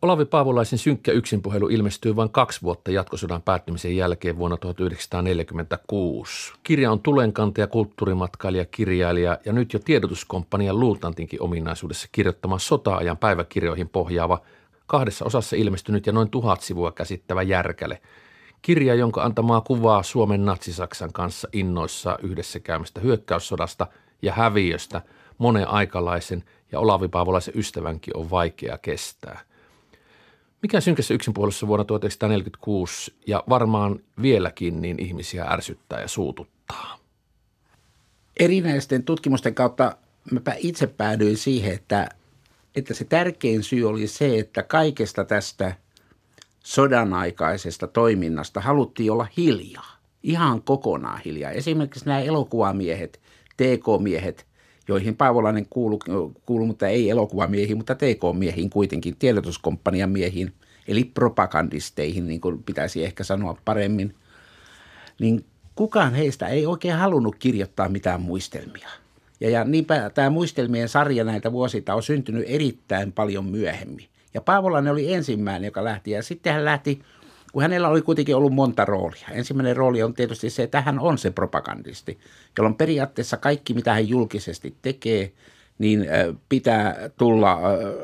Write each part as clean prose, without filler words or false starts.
Olavi Paavolaisen synkkä yksinpuhelu ilmestyy vain 2 vuotta jatkosodan päättymisen jälkeen vuonna 1946. Kirja on tulenkantaja, kulttuurimatkailija, kirjailija ja nyt jo tiedotuskomppanian luutnantinkin ominaisuudessa kirjoittama sota-ajan päiväkirjoihin pohjaava 2 osassa ilmestynyt ja noin 1000 sivua käsittävä järkäle. Kirja, jonka antamaa kuvaa Suomen natsisaksan kanssa innoissa yhdessä käymästä hyökkäyssodasta ja häviöstä monen aikalaisen ja Olavi Paavolaisen ystävänkin on vaikea kestää. Mikä synkässä yksinpuhelussa vuonna 1946 ja varmaan vieläkin niin ihmisiä ärsyttää ja suututtaa? Erinäisten tutkimusten kautta mäpä itse päädyin siihen, että se tärkein syy oli se, että kaikesta tästä sodan aikaisesta toiminnasta haluttiin olla hiljaa, ihan kokonaan hiljaa. Esimerkiksi nämä elokuvamiehet, TK-miehet, joihin Paavolainen kuului, mutta ei elokuvamiehiin, mutta TK-miehiin kuitenkin, tiedotuskomppanian miehiin, eli propagandisteihin, niin kuin pitäisi ehkä sanoa paremmin, niin kukaan heistä ei oikein halunnut kirjoittaa mitään muistelmia. Ja niinpä tämä muistelmien sarja näiltä vuosilta on syntynyt erittäin paljon myöhemmin. Ja Paavolainen oli ensimmäinen, joka lähti, ja sitten hän lähti, kun hänellä oli kuitenkin ollut monta roolia. Ensimmäinen rooli on tietysti se, että hän on se propagandisti, jolloin periaatteessa kaikki, mitä hän julkisesti tekee, niin pitää tulla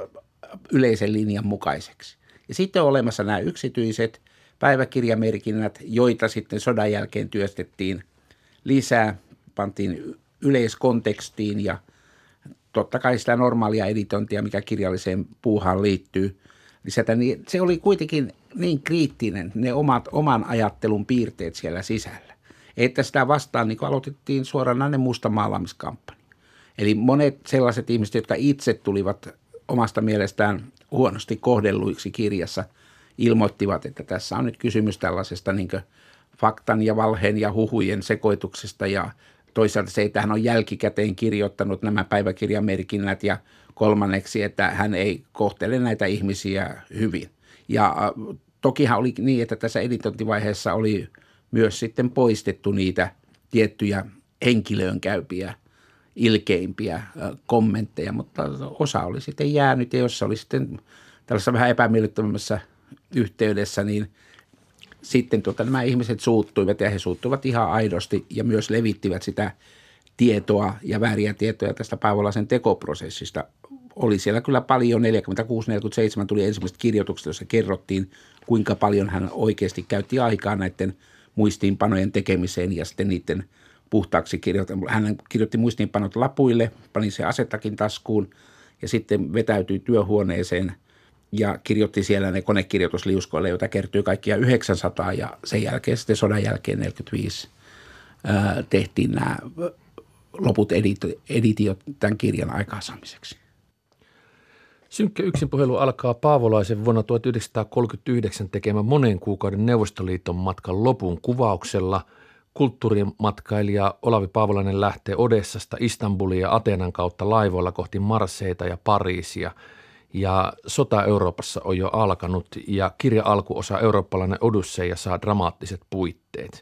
yleisen linjan mukaiseksi. Ja sitten on olemassa nämä yksityiset päiväkirjamerkinnät, joita sitten sodan jälkeen työstettiin lisää, pantiin yleiskontekstiin ja totta kai sitä normaalia editointia, mikä kirjalliseen puuhaan liittyy, lisätä, niin se oli kuitenkin niin kriittinen, ne oman ajattelun piirteet siellä sisällä, että sitä vastaan niin aloitettiin suoranainen mustamaalaamiskampanja. Eli monet sellaiset ihmiset, jotka itse tulivat omasta mielestään huonosti kohdelluiksi kirjassa, ilmoittivat, että tässä on nyt kysymys tällaisesta niin kuin faktan ja valheen ja huhujen sekoituksesta ja toisaalta se, että hän on jälkikäteen kirjoittanut nämä päiväkirjamerkinnät ja kolmanneksi, että hän ei kohtele näitä ihmisiä hyvin. Ja tokihan oli niin, että tässä editointivaiheessa oli myös sitten poistettu niitä tiettyjä henkilöön käypiä, ilkeimpiä kommentteja, mutta osa oli sitten jäänyt ja jos se oli sitten tällaisessa vähän epämiellyttävämmässä yhteydessä, niin sitten nämä ihmiset suuttuivat ja he suuttuivat ihan aidosti ja myös levittivät sitä tietoa ja vääriä tietoja tästä Paavolaisen tekoprosessista. Oli siellä kyllä paljon, 46-47 tuli ensimmäiset kirjoitukset, joissa kerrottiin, kuinka paljon hän oikeasti käytti aikaa näiden muistiinpanojen tekemiseen ja sitten niiden puhtaaksi kirjoittamaan. Hän kirjoitti muistiinpanot lapuille, pani se asetakin taskuun ja sitten vetäytyi työhuoneeseen ja kirjoitti siellä ne konekirjoitusliuskoille, joita kertyy kaikkia 900 ja sen jälkeen sitten sodan jälkeen 45 tehtiin nämä loput editiot tämän kirjan aikaansaamiseksi. Synkkä yksinpuhelu alkaa Paavolaisen vuonna 1939 tekemän monen kuukauden Neuvostoliiton matkan lopun kuvauksella. Kulttuurimatkailija Olavi Paavolainen lähtee Odessasta Istanbulia ja Ateenan kautta laivoilla kohti Marseita ja Pariisia. Ja sota Euroopassa on jo alkanut ja kirja alkuosa Eurooppalainen Odysseia saa dramaattiset puitteet.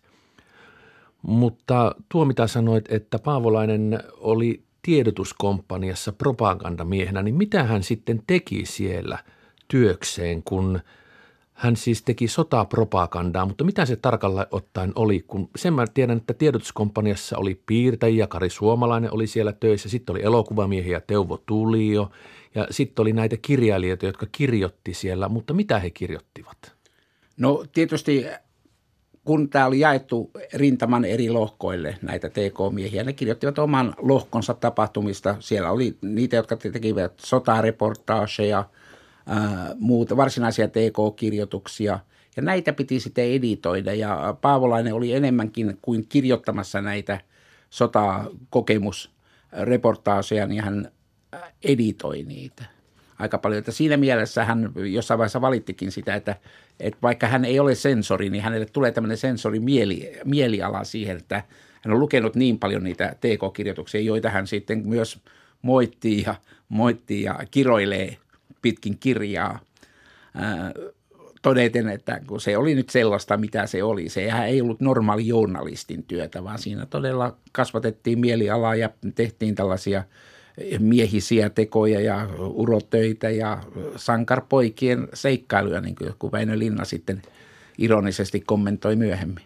Mutta tuo mitä sanoit, että Paavolainen oli tiedotuskomppaniassa propagandamiehenä, niin mitä hän sitten teki siellä työkseen, kun hän siis teki sotapropagandaa, mutta mitä se tarkalleen ottaen oli, kun sen mä tiedän, että tiedotuskomppaniassa oli piirtäjiä, Kari Suomalainen oli siellä töissä, sitten oli elokuvamiehiä Teuvo Tulio ja sitten oli näitä kirjailijoita, jotka kirjoitti siellä, mutta mitä he kirjoittivat? No tietysti kun tämä oli jaettu rintaman eri lohkoille näitä TK-miehiä, ne kirjoittivat oman lohkonsa tapahtumista. Siellä oli niitä, jotka tekivät sotareportaaseja, muuta varsinaisia TK-kirjoituksia ja näitä piti sitten editoida ja Paavolainen oli enemmänkin kuin kirjoittamassa näitä sotakokemusreportaaseja, niin hän editoi niitä aika paljon. Että siinä mielessä hän jossain vaiheessa valittikin sitä, että vaikka hän ei ole sensori, niin hänelle tulee tämmöinen mieliala siihen, että hän on lukenut niin paljon niitä TK-kirjoituksia, joita hän sitten myös moittii ja kiroilee pitkin kirjaa todeten, että kun se oli nyt sellaista, mitä se oli. Sehän ei ollut normaali journalistin työtä, vaan siinä todella kasvatettiin mielialaa ja tehtiin tällaisia miehisiä tekoja ja urotöitä ja sankarpoikien seikkailuja, niin kuin joku Väinö Linna sitten ironisesti kommentoi myöhemmin.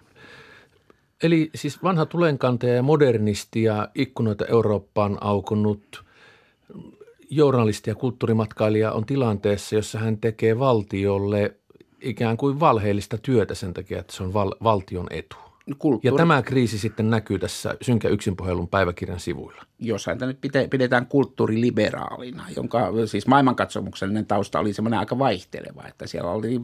Eli siis vanha tulenkantaja ja modernisti ja ikkunoita Eurooppaan aukonut journalisti ja kulttuurimatkailija on tilanteessa, jossa hän tekee valtiolle ikään kuin valheellista työtä sen takia, että se on valtion etu. Ja tämä kriisi sitten näkyy tässä Synkän yksinpuhelun päiväkirjan sivuilla. Jos häntä nyt pidetään kulttuuriliberaalina, jonka siis maailmankatsomuksellinen tausta oli semmoinen aika vaihteleva, että siellä oli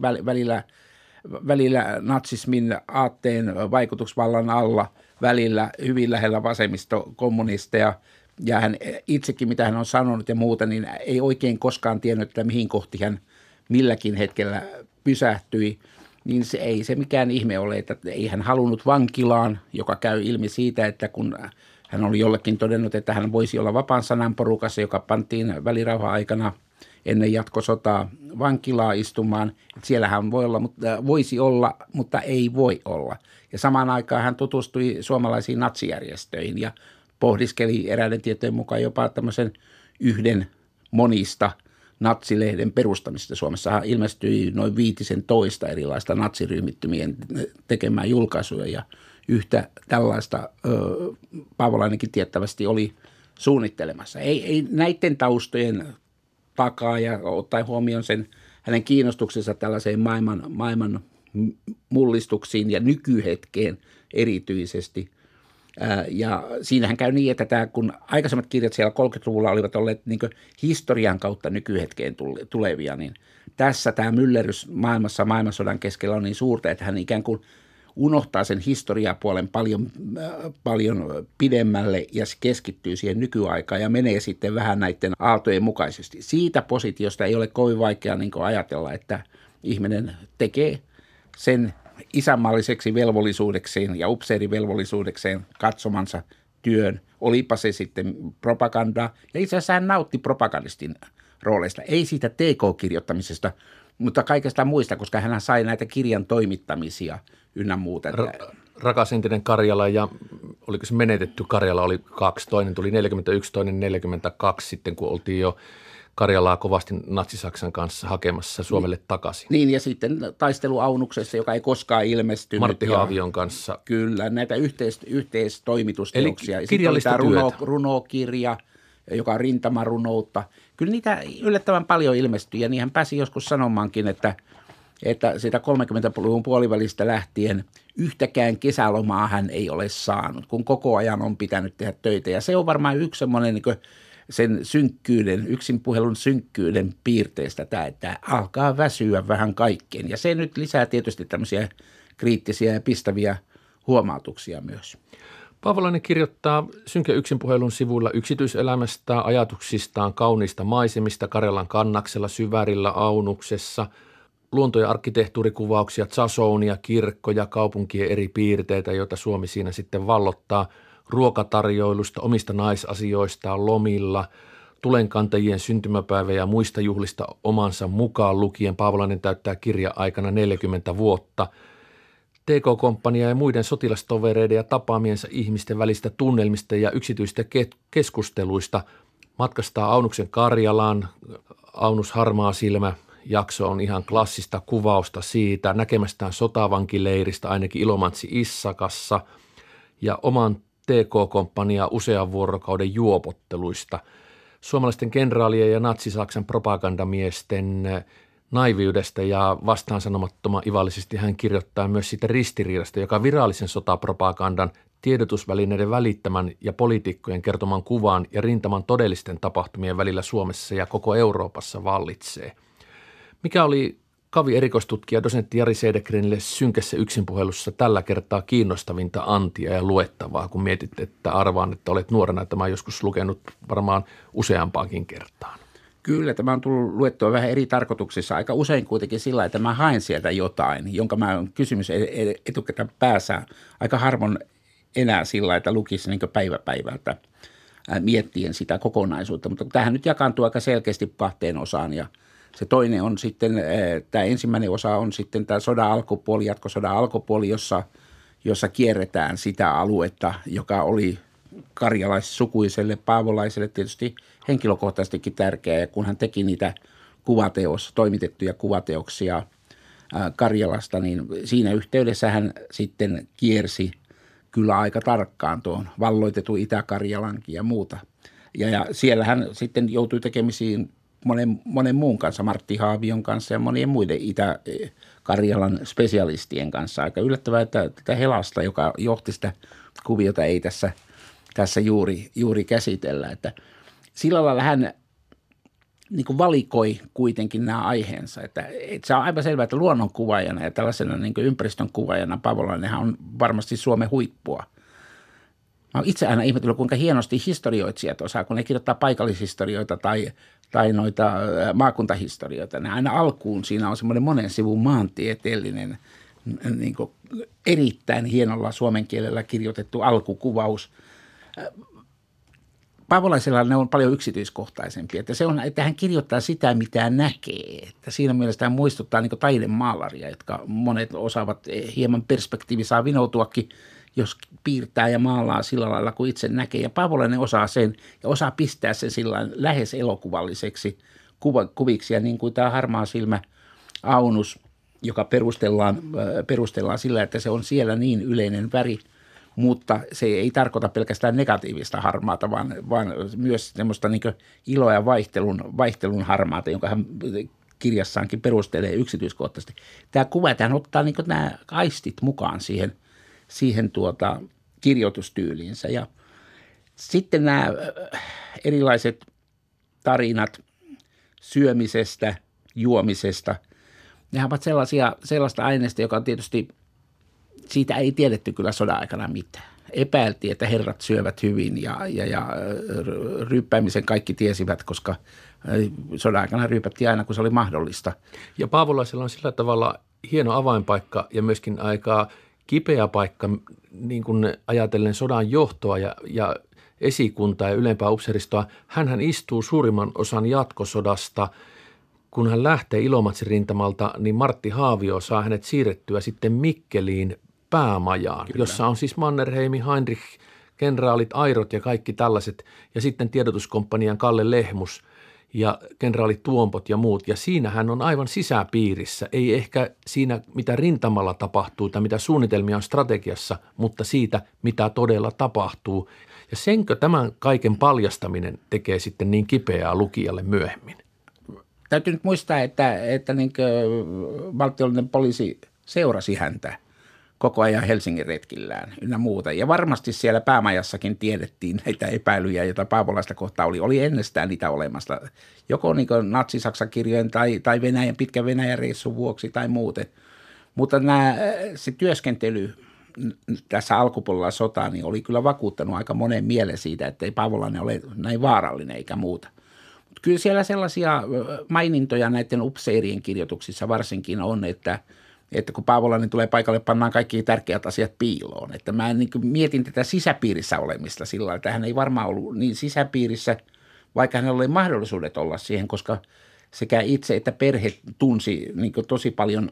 välillä natsismin aatteen vaikutusvallan alla, välillä hyvin lähellä vasemmistokommunisteja, ja hän itsekin, mitä hän on sanonut ja muuta, niin ei oikein koskaan tiennyt, että mihin kohti hän milläkin hetkellä pysähtyi. Niin se ei se mikään ihme ole, että ei hän halunnut vankilaan, joka käy ilmi siitä, että kun hän oli jollekin todennut, että hän voisi olla vapaan sanan porukassa, joka pantiin välirauhan aikana ennen jatkosotaa vankilaa istumaan. Että siellä hän voisi olla, mutta ei voi olla. Ja samaan aikaan hän tutustui suomalaisiin natsijärjestöihin ja pohdiskeli eräiden tietojen mukaan jopa tämmöisen yhden monista natsilehden perustamista. Suomessa ilmestyi noin 15 erilaista natsiryhmittymien tekemää julkaisuja ja yhtä tällaista Paavolainenkin tiettävästi oli suunnittelemassa. Ei näiden taustojen takaa ja ottaen huomioon sen hänen kiinnostuksensa tällaiseen maailman mullistuksiin ja nykyhetkeen erityisesti. Ja siinähän käy niin, että kun aikaisemmat kirjat siellä 30-luvulla olivat olleet niin kuin historian kautta nykyhetkeen tulevia, niin tässä tämä myllerrys maailmansodan keskellä on niin suurta, että hän ikään kuin unohtaa sen historiapuolen paljon pidemmälle ja keskittyy siihen nykyaikaan ja menee sitten vähän näiden aaltojen mukaisesti. Siitä positiosta ei ole kovin vaikea niin kuin ajatella, että ihminen tekee sen isänmaalliseksi velvollisuudekseen ja upseerivelvollisuudekseen katsomansa työn, olipa se sitten propagandaa. Ja itse asiassa hän nautti propagandistin rooleista, ei siitä TK-kirjoittamisesta, mutta kaikesta muista, koska hän sai näitä kirjan toimittamisia ynnä muuta. Rakas entinen Karjala ja oliko se menetetty Karjala oli 2, toinen tuli 41, toinen 42 sitten, kun oltiin jo Karjalaa kovasti Natsi-Saksan kanssa hakemassa Suomelle takaisin. Niin, ja sitten taistelu Aunuksessa, joka ei koskaan ilmestynyt. Martti Haavion kanssa. Kyllä, näitä yhteistoimitusteoksia. Eli kirjallista sitten oli työtä. Tämä runokirja, joka on rintamarunoutta. Kyllä niitä yllättävän paljon ilmestyi, ja niinhän pääsi joskus sanomaankin, että sitä 30-luvun puolivälistä lähtien yhtäkään kesälomaa hän ei ole saanut, kun koko ajan on pitänyt tehdä töitä. Ja se on varmaan yksi semmoinen niin kuin sen synkkyyden, yksinpuhelun synkkyyden piirteestä tämä, että alkaa väsyä vähän kaikkeen. Ja se nyt lisää tietysti tämmöisiä kriittisiä ja pistäviä huomautuksia myös. Paavolainen kirjoittaa Synkän yksinpuhelun sivuilla yksityiselämästään, ajatuksistaan, kauniista maisemista Karjalan kannaksella, Syvärillä, Aunuksessa, luonto- ja arkkitehtuurikuvauksia, Zasounia, kirkkoja, kaupunkien eri piirteitä, joita Suomi siinä sitten vallottaa, ruokatarjoilusta, omista naisasioistaan, lomilla, tulenkantajien syntymäpäivä ja muista juhlista omansa mukaan lukien. Paavolainen täyttää kirja-aikana 40 vuotta. TK-komppania ja muiden sotilastovereiden ja tapaamiensa ihmisten välistä tunnelmista ja yksityistä keskusteluista matkastaa Aunuksen Karjalaan. Aunus harmaa silmä jakso on ihan klassista kuvausta siitä, näkemästään sotavankileiristä ainakin Ilomantsi-Issakassa ja oman TK-komppania usean vuorokauden juopotteluista. Suomalaisten kenraalien ja natsi-Saksan propagandamiesten naiviudesta ja vastaansanomattoman ivallisesti hän kirjoittaa myös siitä ristiriidasta, joka virallisen sotapropagandan, tiedotusvälineiden välittämän ja poliitikkojen kertoman kuvan ja rintaman todellisten tapahtumien välillä Suomessa ja koko Euroopassa vallitsee. Mikä oli Kavi-erikoistutkija dosentti Jari Cedergrenille Synkässä yksinpuhelussa tällä kertaa kiinnostavinta antia ja luettavaa, kun mietit, että arvaan, että olet nuorena tämä joskus lukenut varmaan useampaankin kertaan? Kyllä, tämä on tullut luettua vähän eri tarkoituksissa. Aika usein kuitenkin sillä, että mä haen sieltä jotain, jonka mä on kysymys etukäteen päässä. Aika harvoin enää sillä, että lukisi niin päivä päivältä miettien sitä kokonaisuutta. Mutta tämähän nyt jakaantuu aika selkeästi 2 osaan ja se toinen on sitten, tämä ensimmäinen osa on sitten tämä sodan alkupuoli, jatkosodan alkupuoli, jossa kierretään sitä aluetta, joka oli karjalaissukuiselle paavolaiselle tietysti henkilökohtaisestikin tärkeää. Ja kun hän teki niitä toimitettuja kuvateoksia Karjalasta, niin siinä yhteydessä hän sitten kiersi kyllä aika tarkkaan tuon valloitetun Itä-Karjalankin ja muuta. Ja siellä hän sitten joutui tekemisiin monen muun kanssa, Martti Haavion kanssa ja monien muiden Itä-Karjalan spesialistien kanssa. Aika yllättävää, että tätä Helasta, joka johti sitä kuviota, ei tässä juuri käsitellä. Että sillä lailla hän niin kuin valikoi kuitenkin nämä aiheensa. Että se on aivan selvää, että luonnonkuvaajana ja tällaisena niin kuin ympäristön kuvaajana Paavolainenhan on varmasti Suomen huippua. Mä oon itse aina ihmetellyt, kuinka hienosti historioitsijat osaa, kun ne kirjoittaa paikallishistorioita tai noita maakuntahistorioita. Ne aina alkuun siinä on semmoinen monen sivun maantieteellinen, niin kuin erittäin hienolla suomen kielellä kirjoitettu alkukuvaus. Paavolaisella ne on paljon yksityiskohtaisempia. Että se on, että hän kirjoittaa sitä, mitä hän näkee. Että siinä mielessä hän muistuttaa niin kuin taidemaalaria, jotka monet osaavat hieman perspektiivissä vinoutuakin, jos piirtää ja maalaa sillä lailla, kuin itse näkee. Ja Paavolainen osaa sen ja osaa pistää sen sillä lähes elokuvalliseksi kuviksi. Ja niin kuin tämä harmaa silmä Aunus, joka perustellaan sillä, että se on siellä niin yleinen väri, mutta se ei tarkoita pelkästään negatiivista harmaata, vaan myös semmoista niin kuin ilo- ja vaihtelun harmaata, jonka hän kirjassaankin perustelee yksityiskohtaisesti. Tämä kuva, että hän ottaa niin kuin nämä aistit mukaan siihen kirjoitustyyliinsä. Ja sitten nämä erilaiset tarinat syömisestä, juomisesta, nehän ovat sellaista aineista, joka on tietysti, siitä ei tiedetty kyllä sodan aikana mitään. Epäiltiin, että herrat syövät hyvin ja ryyppäämisen kaikki tiesivät, koska sodan aikana ryypättiin aina, kun se oli mahdollista. Ja Paavolaisella on sillä tavalla hieno avainpaikka ja myöskin aika kipeä paikka, niin kuin ajatellen sodan johtoa ja esikuntaa ja ylempää upseeristoa. Hänhän istuu suurimman osan jatkosodasta. Kun hän lähtee Ilomantsin rintamalta, niin Martti Haavio saa hänet siirrettyä sitten Mikkeliin päämajaan, kyllä, jossa on siis Mannerheimi, Heinrich, kenraalit, airot ja kaikki tällaiset. Ja sitten tiedotuskomppanian Kalle Lehmus ja kenraali Tuompot ja muut. Ja siinä hän on aivan sisäpiirissä, ei ehkä siinä, mitä rintamalla tapahtuu tai mitä suunnitelmia on strategiassa, mutta siitä, mitä todella tapahtuu. Ja senkö tämän kaiken paljastaminen tekee sitten niin kipeää lukijalle myöhemmin? Täytyy nyt muistaa, että niin valtiollinen poliisi seurasi häntä koko ajan Helsingin retkillään ynnä muuta. Ja varmasti siellä päämajassakin tiedettiin näitä epäilyjä, joita Paavolaista kohtaa oli ennestään niitä olemassa. Joko niin natsi-Saksan kirjojen tai pitkän Venäjän reissun vuoksi tai muuten. Mutta se työskentely tässä alkupuolella sotaa niin oli kyllä vakuuttanut aika monen mielen siitä, että ei Paavolainen ole näin vaarallinen eikä muuta. Mutta kyllä siellä sellaisia mainintoja näiden upseerien kirjoituksissa varsinkin on, että kun Paavolainen tulee paikalle, pannaan kaikki tärkeät asiat piiloon. Että mä niin kuin mietin tätä sisäpiirissä olemista sillä tavalla, että hän ei varmaan ollut niin sisäpiirissä, vaikka hänellä oli mahdollisuudet olla siihen, koska sekä itse että perhe tunsi niin kuin tosi paljon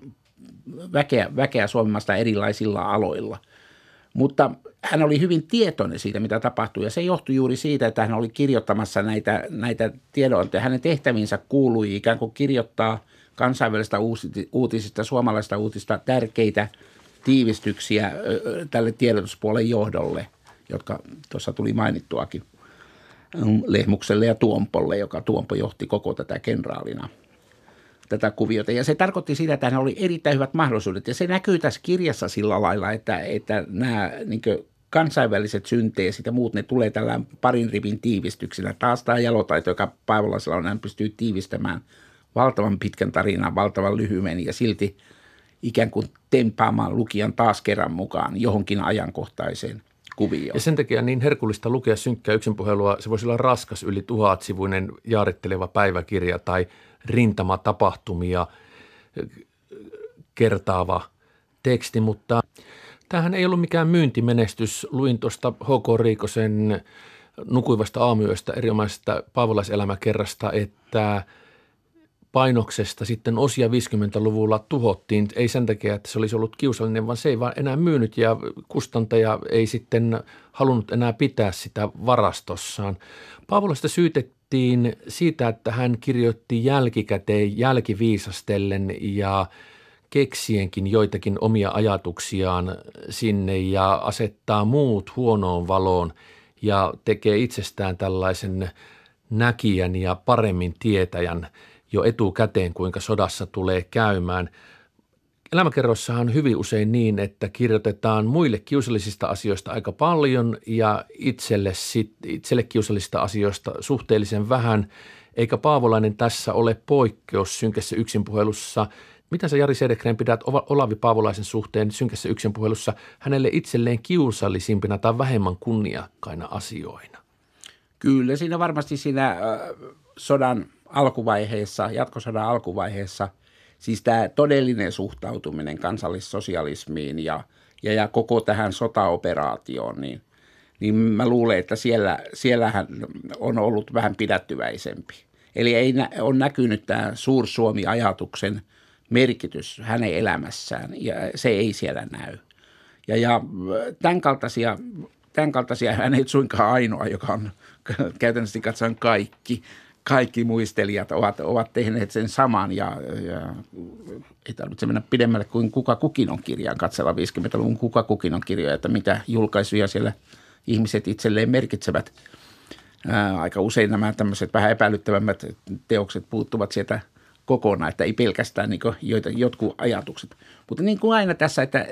väkeä Suomesta erilaisilla aloilla. Mutta hän oli hyvin tietoinen siitä, mitä tapahtui, ja se johtui juuri siitä, että hän oli kirjoittamassa näitä tiedonantoja. Hänen tehtäviinsä kuului ikään kuin kirjoittaa kansainvälistä uutisista, suomalaista uutista tärkeitä tiivistyksiä tälle tiedotuspuolen johdolle, jotka tuossa tuli mainittuakin Lehmukselle ja Tuompolle, joka Tuompo johti koko tätä kenraalina tätä kuviota. Ja se tarkoitti sitä, että hän oli erittäin hyvät mahdollisuudet. Ja se näkyy tässä kirjassa sillä lailla, että nämä niin kuin kansainväliset synteesit ja muut, ne tulee tällä parin rivin tiivistyksillä. Taas tämä jalotaito, joka Paavolaisella on, hän pystyy tiivistämään valtavan pitkän tarinan, valtavan lyhyen ja silti ikään kuin tempaamaan lukijan taas kerran mukaan johonkin ajankohtaiseen kuvioon. Ja sen takia niin herkullista lukea synkkää yksinpuhelua, se voisi olla raskas yli 1000-sivuinen jaaritteleva päiväkirja tai rintamatapahtumia kertaava teksti, mutta tämähän ei ollut mikään myyntimenestys. Luin tuosta H.K. Riikosen Nukuivasta aamuyöstä erinomaisesta paavolaiselämäkerrasta, että painoksesta sitten osia 50-luvulla tuhottiin. Ei sen takia, että se olisi ollut kiusallinen, vaan se ei vaan enää myynyt ja kustantaja ei sitten halunnut enää pitää sitä varastossaan. Paavolasta syytettiin siitä, että hän kirjoitti jälkikäteen jälkiviisastellen ja keksienkin joitakin omia ajatuksiaan sinne ja asettaa muut huonoon valoon ja tekee itsestään tällaisen näkijän ja paremmin tietäjän jo etukäteen, kuinka sodassa tulee käymään. Elämäkerroissahan on hyvin usein niin, että kirjoitetaan muille kiusallisista asioista aika paljon ja itselle kiusallisista asioista suhteellisen vähän, eikä Paavolainen tässä ole poikkeus synkässä yksinpuhelussa. Miten sä, Jari Cedergren, pidät Olavi Paavolaisen suhteen synkässä yksinpuhelussa hänelle itselleen kiusallisimpina tai vähemmän kunniakkaina asioina? Kyllä, siinä varmasti siinä sodan alkuvaiheessa, jatkosodan alkuvaiheessa, siis tämä todellinen suhtautuminen kansallissosialismiin ja koko tähän sotaoperaatioon, niin mä luulen, että siellähän on ollut vähän pidättyväisempi. Eli ei ole näkynyt tämä Suur-Suomi-ajatuksen merkitys hänen elämässään ja se ei siellä näy. Ja tämän kaltaisia hän ei suinkaan ainoa, joka on käytännössä katsoen kaikki muistelijat ovat tehneet sen saman ja ei tarvitse mennä pidemmälle kuin Kuka kukin on -kirjaan, katsella 50-luvun Kuka kukin on -kirjoja, että mitä julkaisuja siellä ihmiset itselleen merkitsevät. Aika usein nämä tämmöiset vähän epäilyttävämmät teokset puuttuvat sieltä kokonaan, että ei pelkästään niin jotkut ajatukset. Mutta niin kuin aina tässä, että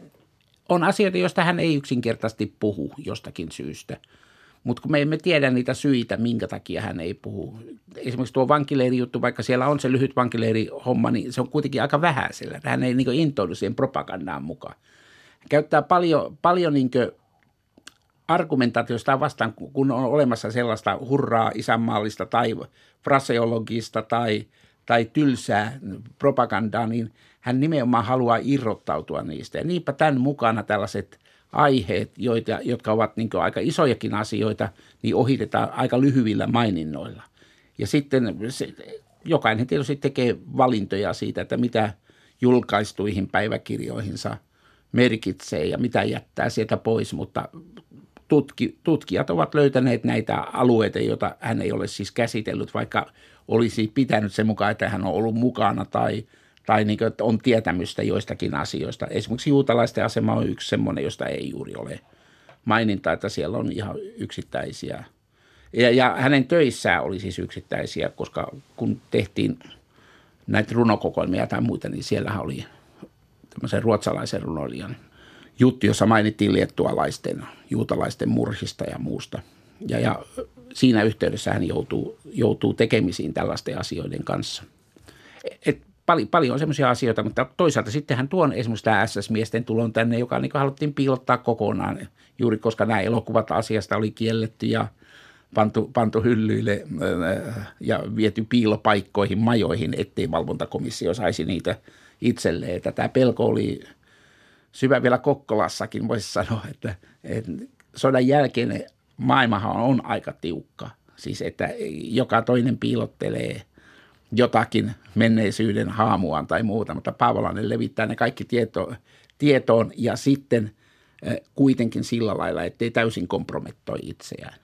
on asioita, joista hän ei yksinkertaisesti puhu jostakin syystä. Mutta kun me emme tiedä niitä syitä, minkä takia hän ei puhu. Esimerkiksi tuo vankileirijuttu, vaikka siellä on se lyhyt vankileirihomma, niin se on kuitenkin aika vähäisellä. Hän ei niin intoudu siihen propagandaan mukaan. Hän käyttää paljon niin argumentaatiosta vastaan, kun on olemassa sellaista hurraa isänmaallista tai fraseologista tai tylsää propagandaa, niin hän nimenomaan haluaa irrottautua niistä. Ja niinpä tämän mukana tällaiset aiheet, jotka ovat niin aika isojakin asioita, niin ohitetaan aika lyhyillä maininnoilla. Ja sitten jokainen tietysti tekee valintoja siitä, että mitä julkaistuihin päiväkirjoihinsa merkitsee ja mitä jättää sieltä pois, mutta tutkijat ovat löytäneet näitä alueita, joita hän ei ole siis käsitellyt, vaikka olisi pitänyt sen mukaan, että hän on ollut mukana tai niin kuin, että on tietämystä joistakin asioista. Esimerkiksi juutalaisten asema on yksi semmoinen, josta ei juuri ole maininta, että siellä on ihan yksittäisiä. Ja hänen töissään oli siis yksittäisiä, koska kun tehtiin näitä runokokoelmia tai muita, niin siellähän oli tämmöisen ruotsalaisen runoilijan juttu, jossa mainittiin liettualaisten, juutalaisten murhista ja muusta. Ja siinä yhteydessä hän joutuu tekemisiin tällaisten asioiden kanssa. Paljon on semmoisia asioita, mutta toisaalta sitten hän tuon esimerkiksi tämä SS-miesten tulon tänne, joka niin haluttiin piilottaa kokonaan, juuri koska nämä elokuvat asiasta oli kielletty ja pantu hyllyille ja viety piilopaikkoihin, majoihin, ettei valvontakomissio saisi niitä itselleen. Että tämä pelko oli syvä vielä Kokkolassakin, voisi sanoa, että sodan jälkeen maailmahan on aika tiukka. Siis että joka toinen piilottelee jotakin menneisyyden haamuaan tai muuta, mutta Paavolainen levittää ne kaikki tietoon ja sitten kuitenkin sillä lailla, ettei täysin kompromettoi itseään.